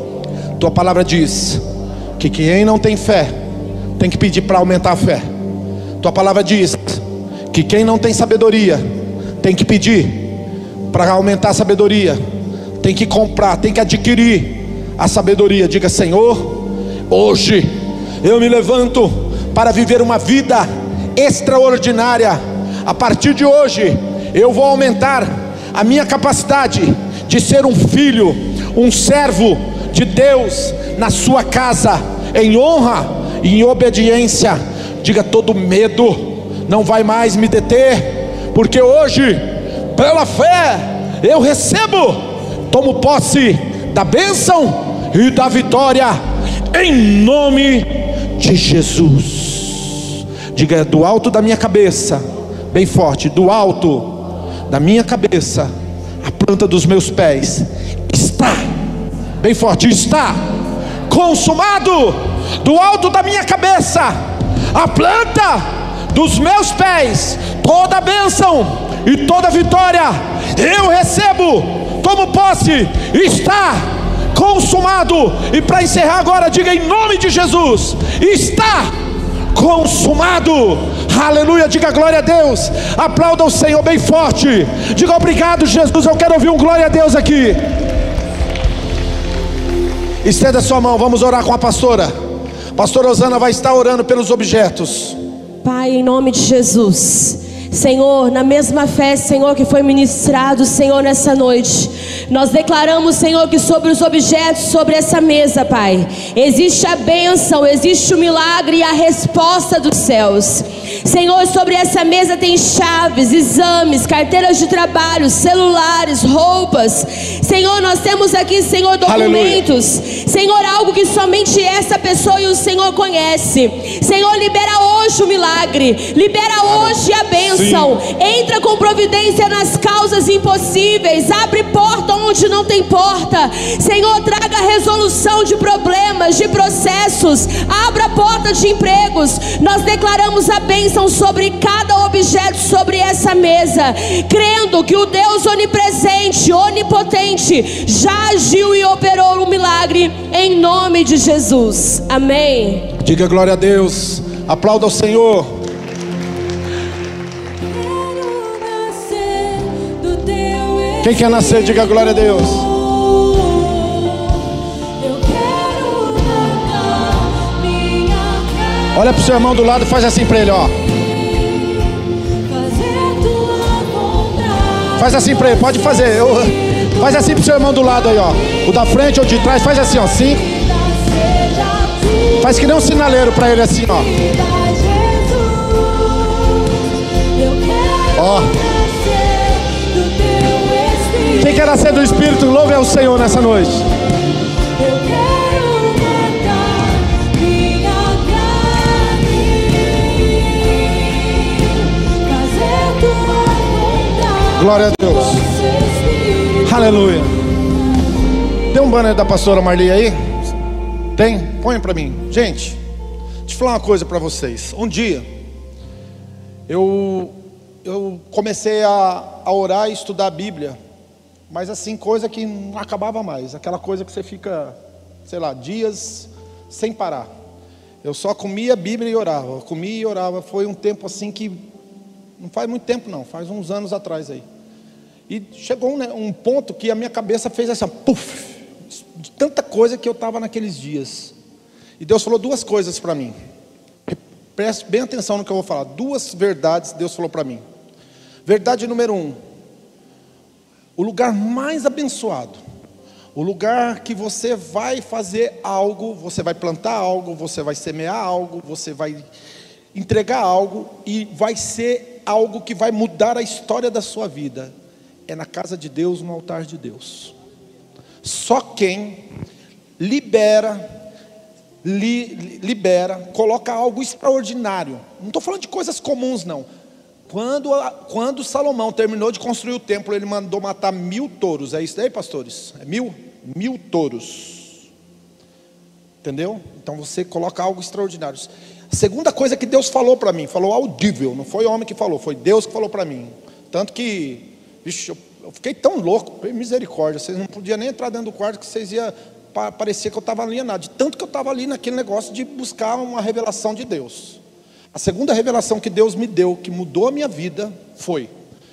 Speaker 2: tua palavra diz que quem não tem fé tem que pedir para aumentar a fé. Tua palavra diz que quem não tem sabedoria tem que pedir para aumentar a sabedoria, tem que comprar, tem que adquirir a sabedoria. Diga: Senhor, hoje eu me levanto para viver uma vida extraordinária. A partir de hoje eu vou aumentar a minha capacidade de ser um filho, um servo de Deus na sua casa, em honra e em obediência. Diga: todo medo não vai mais me deter, porque hoje, pela fé, eu recebo, tomo posse da bênção e da vitória, em nome de Jesus. Diga: do alto da minha cabeça, bem forte, do alto da minha cabeça, a planta dos meus pés, está, bem forte, está consumado. Do alto da minha cabeça, a planta dos meus pés, toda a bênção e toda a vitória, eu recebo, tomo posse, está consumado. E para encerrar agora, diga: em nome de Jesus, está consumado. Aleluia, diga glória a Deus, aplauda o Senhor bem forte, diga: obrigado Jesus. Eu quero ouvir um glória a Deus aqui. Estenda sua mão, vamos orar com a pastora. Pastora Osana vai estar orando pelos objetos.
Speaker 1: Pai, em nome de Jesus, Senhor, na mesma fé, Senhor, que foi ministrado, Senhor, nessa noite, nós declaramos, Senhor, que sobre os objetos, sobre essa mesa, Pai, existe a bênção, existe o milagre e a resposta dos céus. Senhor, sobre essa mesa tem chaves, exames, carteiras de trabalho, celulares, roupas. Senhor, nós temos aqui, Senhor, documentos. Aleluia. Senhor, algo que somente essa pessoa e o Senhor conhece. Senhor, libera hoje o milagre, libera hoje a bênção. Sim. Entra com providência nas causas impossíveis, abre porta onde não tem porta. Senhor, traga resolução de problemas, de processos, abra porta de empregos. Nós declaramos a bênção sobre cada objeto, sobre essa mesa, crendo que o Deus onipresente, onipotente, já agiu e operou o milagre, em nome de Jesus, amém.
Speaker 2: Diga glória a Deus, aplauda o Senhor. Quem quer nascer, diga glória a Deus. Olha para o seu irmão do lado e faz assim para ele, ó. Faz assim para ele, pode fazer. Faz assim para o seu irmão do lado aí, ó. O da frente ou de trás, faz assim, ó. Assim. Faz que nem um sinaleiro para ele assim, ó. Ó. Quem quer nascer do Espírito, louve ao Senhor nessa noite. Glória a Deus. Aleluia. Tem um banner da pastora Marli aí? Tem? Põe para mim. Gente, deixa eu falar uma coisa para vocês. Um dia eu comecei a orar e estudar a Bíblia, mas assim, coisa que não acabava mais. Aquela coisa que você fica, sei lá, dias sem parar. Eu só comia a Bíblia e orava, comia e orava. Foi um tempo assim que, não faz muito tempo não, faz uns anos atrás aí. E chegou um ponto que a minha cabeça fez essa, puf, de tanta coisa que eu estava naqueles dias. E Deus falou duas coisas para mim. Preste bem atenção no que eu vou falar. Duas verdades Deus falou para mim. Verdade número 1. O lugar mais abençoado, o lugar que você vai fazer algo, você vai plantar algo, você vai semear algo, você vai entregar algo, e vai ser algo que vai mudar a história da sua vida, é na casa de Deus, no altar de Deus. Só quem libera, coloca algo extraordinário. Não estou falando de coisas comuns não. Quando Salomão terminou de construir o templo, ele mandou matar 1000 touros. É isso aí, pastores? É 1000 touros. Entendeu? Então você coloca algo extraordinário. A segunda coisa que Deus falou para mim, falou audível, não foi homem que falou, foi Deus que falou para mim. Tanto que, vixe, eu fiquei tão louco, misericórdia, vocês não podiam nem entrar dentro do quarto, que vocês iam, parecia que eu estava alienado, de tanto que eu estava ali naquele negócio de buscar uma revelação de Deus. A segunda revelação que Deus me deu, que mudou a minha vida, foi: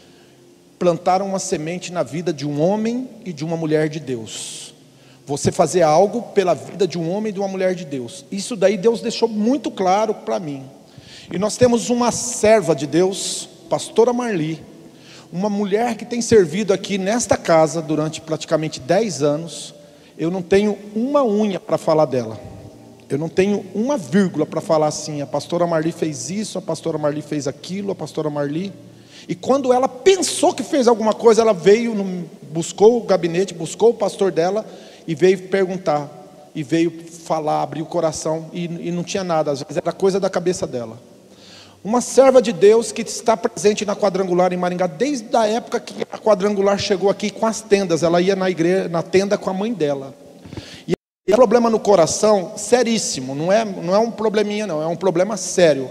Speaker 2: plantar uma semente na vida de um homem e de uma mulher de Deus. Você fazer algo pela vida de um homem e de uma mulher de Deus. Isso daí Deus deixou muito claro para mim. E nós temos uma serva de Deus, pastora Marli, uma mulher que tem servido aqui nesta casa durante praticamente 10 anos. Eu não tenho uma unha para falar dela. Eu não tenho uma vírgula para falar assim: a pastora Marli fez isso, a pastora Marli fez aquilo, a pastora Marli. E quando ela pensou que fez alguma coisa, ela veio, buscou o gabinete, buscou o pastor dela e veio perguntar, e veio falar, abrir o coração, e não tinha nada, às vezes era coisa da cabeça dela. Uma serva de Deus que está presente na Quadrangular em Maringá, desde a época que a Quadrangular chegou aqui com as tendas. Ela ia na igreja, na tenda com a mãe dela. E um problema no coração, seríssimo, não é um probleminha não, é um problema sério.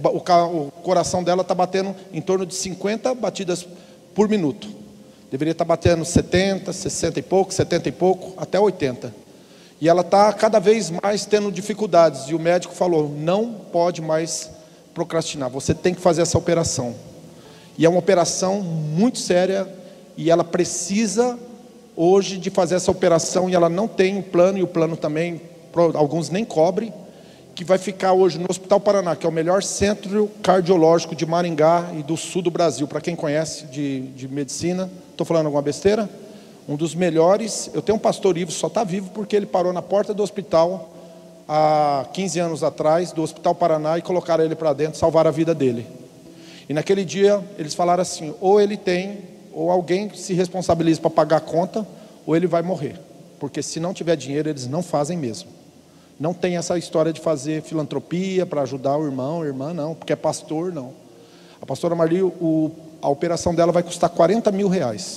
Speaker 2: O coração dela está batendo em torno de 50 batidas por minuto. Deveria estar batendo 70, 60 e pouco, 70 e pouco, até 80. E ela está cada vez mais tendo dificuldades. E o médico falou: não pode mais procrastinar, você tem que fazer essa operação. E é uma operação muito séria, e ela precisa hoje de fazer essa operação, e ela não tem um plano, e o plano também, alguns nem cobre, que vai ficar hoje no Hospital Paraná, que é o melhor centro cardiológico de Maringá e do sul do Brasil. Para quem conhece de medicina, estou falando alguma besteira? Um dos melhores. Eu tenho um pastor Ivo, só está vivo porque ele parou na porta do hospital há 15 anos atrás, do Hospital Paraná, e colocaram ele para dentro, salvaram a vida dele. E naquele dia eles falaram assim: ou ele tem, ou alguém se responsabiliza para pagar a conta, ou ele vai morrer, porque se não tiver dinheiro eles não fazem mesmo. Não tem essa história de fazer filantropia para ajudar o irmão, a irmã, não, porque é pastor, não. A pastora Marli, a operação dela vai custar R$40 mil,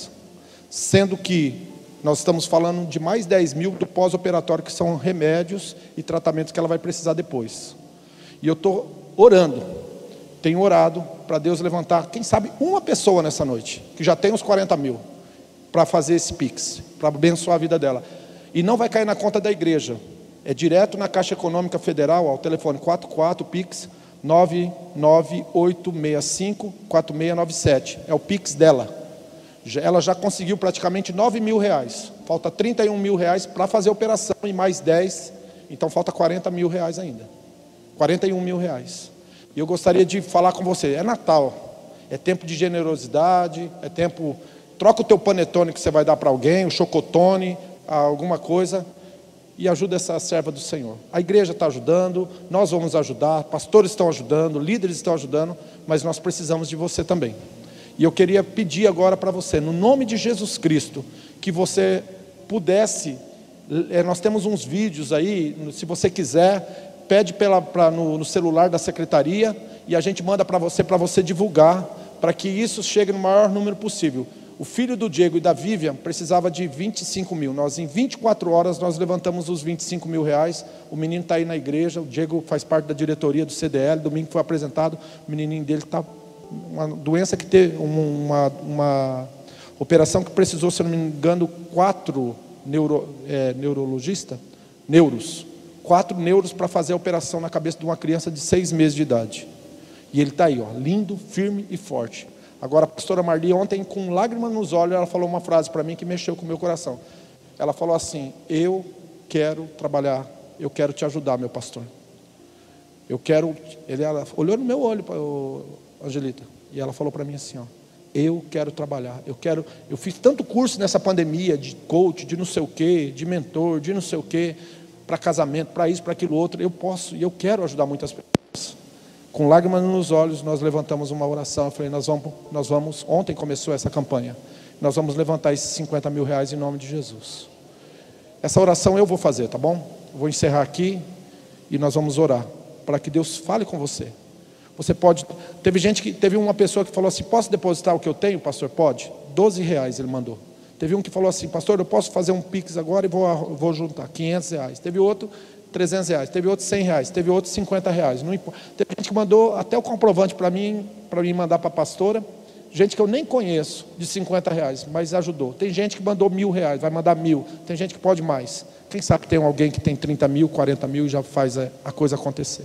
Speaker 2: sendo que nós estamos falando de mais 10 mil do pós-operatório, que são remédios e tratamentos que ela vai precisar depois. E eu estou orando, tenho orado para Deus levantar, quem sabe, uma pessoa nessa noite, que já tem os 40 mil, para fazer esse Pix, para abençoar a vida dela. E não vai cair na conta da igreja, é direto na Caixa Econômica Federal, ao telefone 44 Pix 99865-4697, é o Pix dela. Ela já conseguiu praticamente R$9 mil, falta R$31 mil para fazer a operação, e mais 10, então falta R$40 mil ainda, R$41 mil. E eu gostaria de falar com você: é Natal, é tempo de generosidade, é tempo, troca o teu panetone que você vai dar para alguém, o chocotone, alguma coisa, e ajuda essa serva do Senhor. A igreja está ajudando, nós vamos ajudar, pastores estão ajudando, líderes estão ajudando, mas nós precisamos de você também. E eu queria pedir agora para você, no nome de Jesus Cristo, que você pudesse, nós temos uns vídeos aí, se você quiser, pede no celular da secretaria, e a gente manda para você divulgar, para que isso chegue no maior número possível. O filho do Diego e da Vivian precisava de 25 mil. Nós, em 24 horas, nós levantamos os 25 mil reais. O menino está aí na igreja, o Diego faz parte da diretoria do CDL. Domingo foi apresentado, o menininho dele está... Uma doença que teve uma operação que precisou, se não me engano, 4 neuros. 4 neuros para fazer a operação na cabeça de uma criança de 6 meses de idade. E ele está aí, ó, lindo, firme e forte. Agora, a pastora Marli, ontem, com lágrimas nos olhos, ela falou uma frase para mim que mexeu com o meu coração. Ela falou assim: eu quero trabalhar, eu quero te ajudar, meu pastor. Ela olhou no meu olho, Angelita, e ela falou para mim assim, ó: eu quero trabalhar, eu fiz tanto curso nessa pandemia, de coach, de não sei o que, de mentor, de não sei o que, para casamento, para isso, para aquilo outro, eu posso, e eu quero ajudar muitas pessoas. Com lágrimas nos olhos, nós levantamos uma oração. Eu falei, nós vamos, ontem começou essa campanha, nós vamos levantar esses 50 mil reais em nome de Jesus. Essa oração eu vou fazer, tá bom? Eu vou encerrar aqui, e nós vamos orar, para que Deus fale com você. Você pode, teve uma pessoa que falou assim: posso depositar o que eu tenho, pastor? Pode. 12 reais ele mandou. Teve um que falou assim: pastor, eu posso fazer um pix agora e vou juntar 500 reais. Teve outro 300 reais, teve outro 100 reais, teve outro 50 reais. Não importa. Teve gente que mandou até o comprovante para mim mandar para a pastora. Gente que eu nem conheço, de 50 reais, mas ajudou. Tem gente que mandou 1.000 reais, vai mandar 1.000. Tem gente que pode mais. Quem sabe tem alguém que tem 30 mil, 40 mil e já faz a coisa acontecer.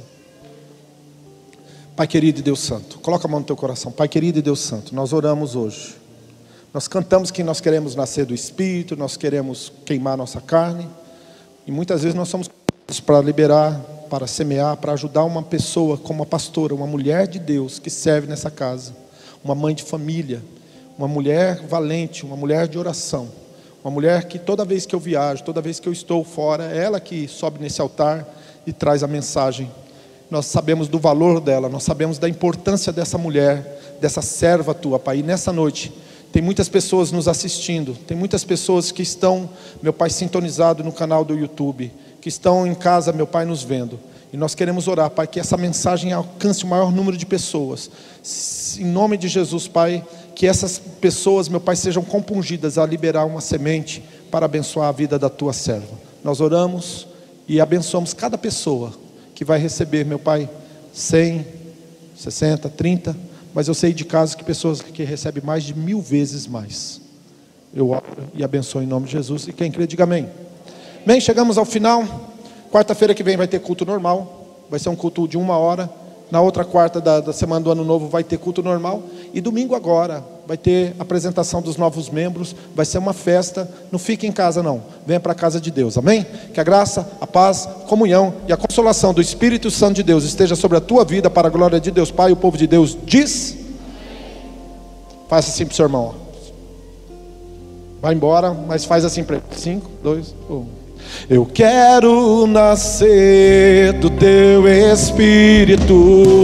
Speaker 2: Pai querido e Deus santo, coloca a mão no teu coração. Pai querido e Deus santo, nós oramos hoje. Nós cantamos que nós queremos nascer do Espírito, nós queremos queimar nossa carne. E muitas vezes nós somos para liberar, para semear, para ajudar uma pessoa como a pastora, uma mulher de Deus que serve nessa casa. Uma mãe de família, uma mulher valente, uma mulher de oração. Uma mulher que toda vez que eu viajo, toda vez que eu estou fora, é ela que sobe nesse altar e traz a mensagem. Nós sabemos do valor dela, nós sabemos da importância dessa mulher, dessa serva tua, Pai. E nessa noite, tem muitas pessoas nos assistindo, tem muitas pessoas que estão, meu Pai, sintonizado no canal do YouTube, que estão em casa, meu Pai, nos vendo. E nós queremos orar, Pai, que essa mensagem alcance o maior número de pessoas. Em nome de Jesus, Pai, que essas pessoas, meu Pai, sejam compungidas a liberar uma semente para abençoar a vida da tua serva. Nós oramos e abençoamos cada pessoa que vai receber, meu Pai, 100, 60, 30, mas eu sei de casos que pessoas que recebem mais de 1000 vezes mais. Eu oro e abençoo em nome de Jesus. E quem crê, diga amém. Bem, chegamos ao final. Quarta-feira que vem vai ter culto normal. Vai ser um culto de 1 hora. Na outra quarta da semana do Ano Novo vai ter culto normal. E domingo agora vai ter apresentação dos novos membros. Vai ser uma festa. Não fique em casa não. Venha para a casa de Deus. Amém? Que a graça, a paz, a comunhão e a consolação do Espírito Santo de Deus esteja sobre a tua vida, para a glória de Deus Pai. O povo de Deus diz. Faça assim para o seu irmão. Vai embora, mas faz assim para ele. 5, 2, 1. Eu quero nascer do teu Espírito.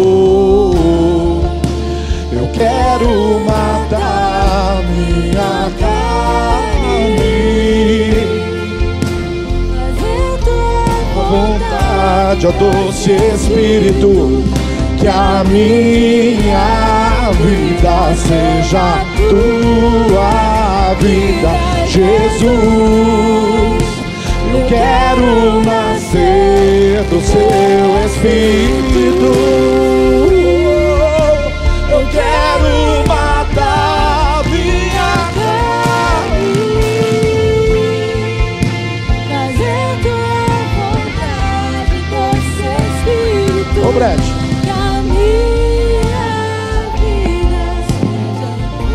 Speaker 2: Eu quero matar minha carne, fazer tua vontade, ó doce Espírito. Que a minha vida seja tua vida, Jesus. Eu quero nascer do seu Espírito. Eu quero matar minha carne, fazer tua vontade, doce Espírito. Ô Brett, que a minha vida seja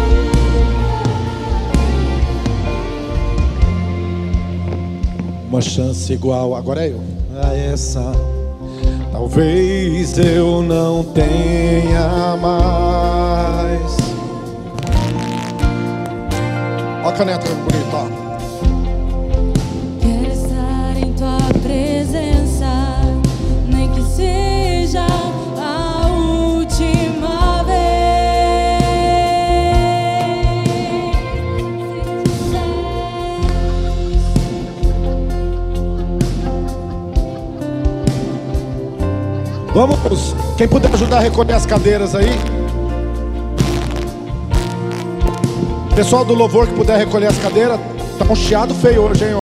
Speaker 2: uma chance igual, agora é eu, a essa. Talvez eu não tenha mais. Ó a caneta bonita, ó.
Speaker 4: Quero estar em tua presença, nem que seja a última vez.
Speaker 2: Vamos, quem puder ajudar a recolher as cadeiras aí. Pessoal do louvor que puder recolher as cadeiras, tá um chiado feio hoje, hein?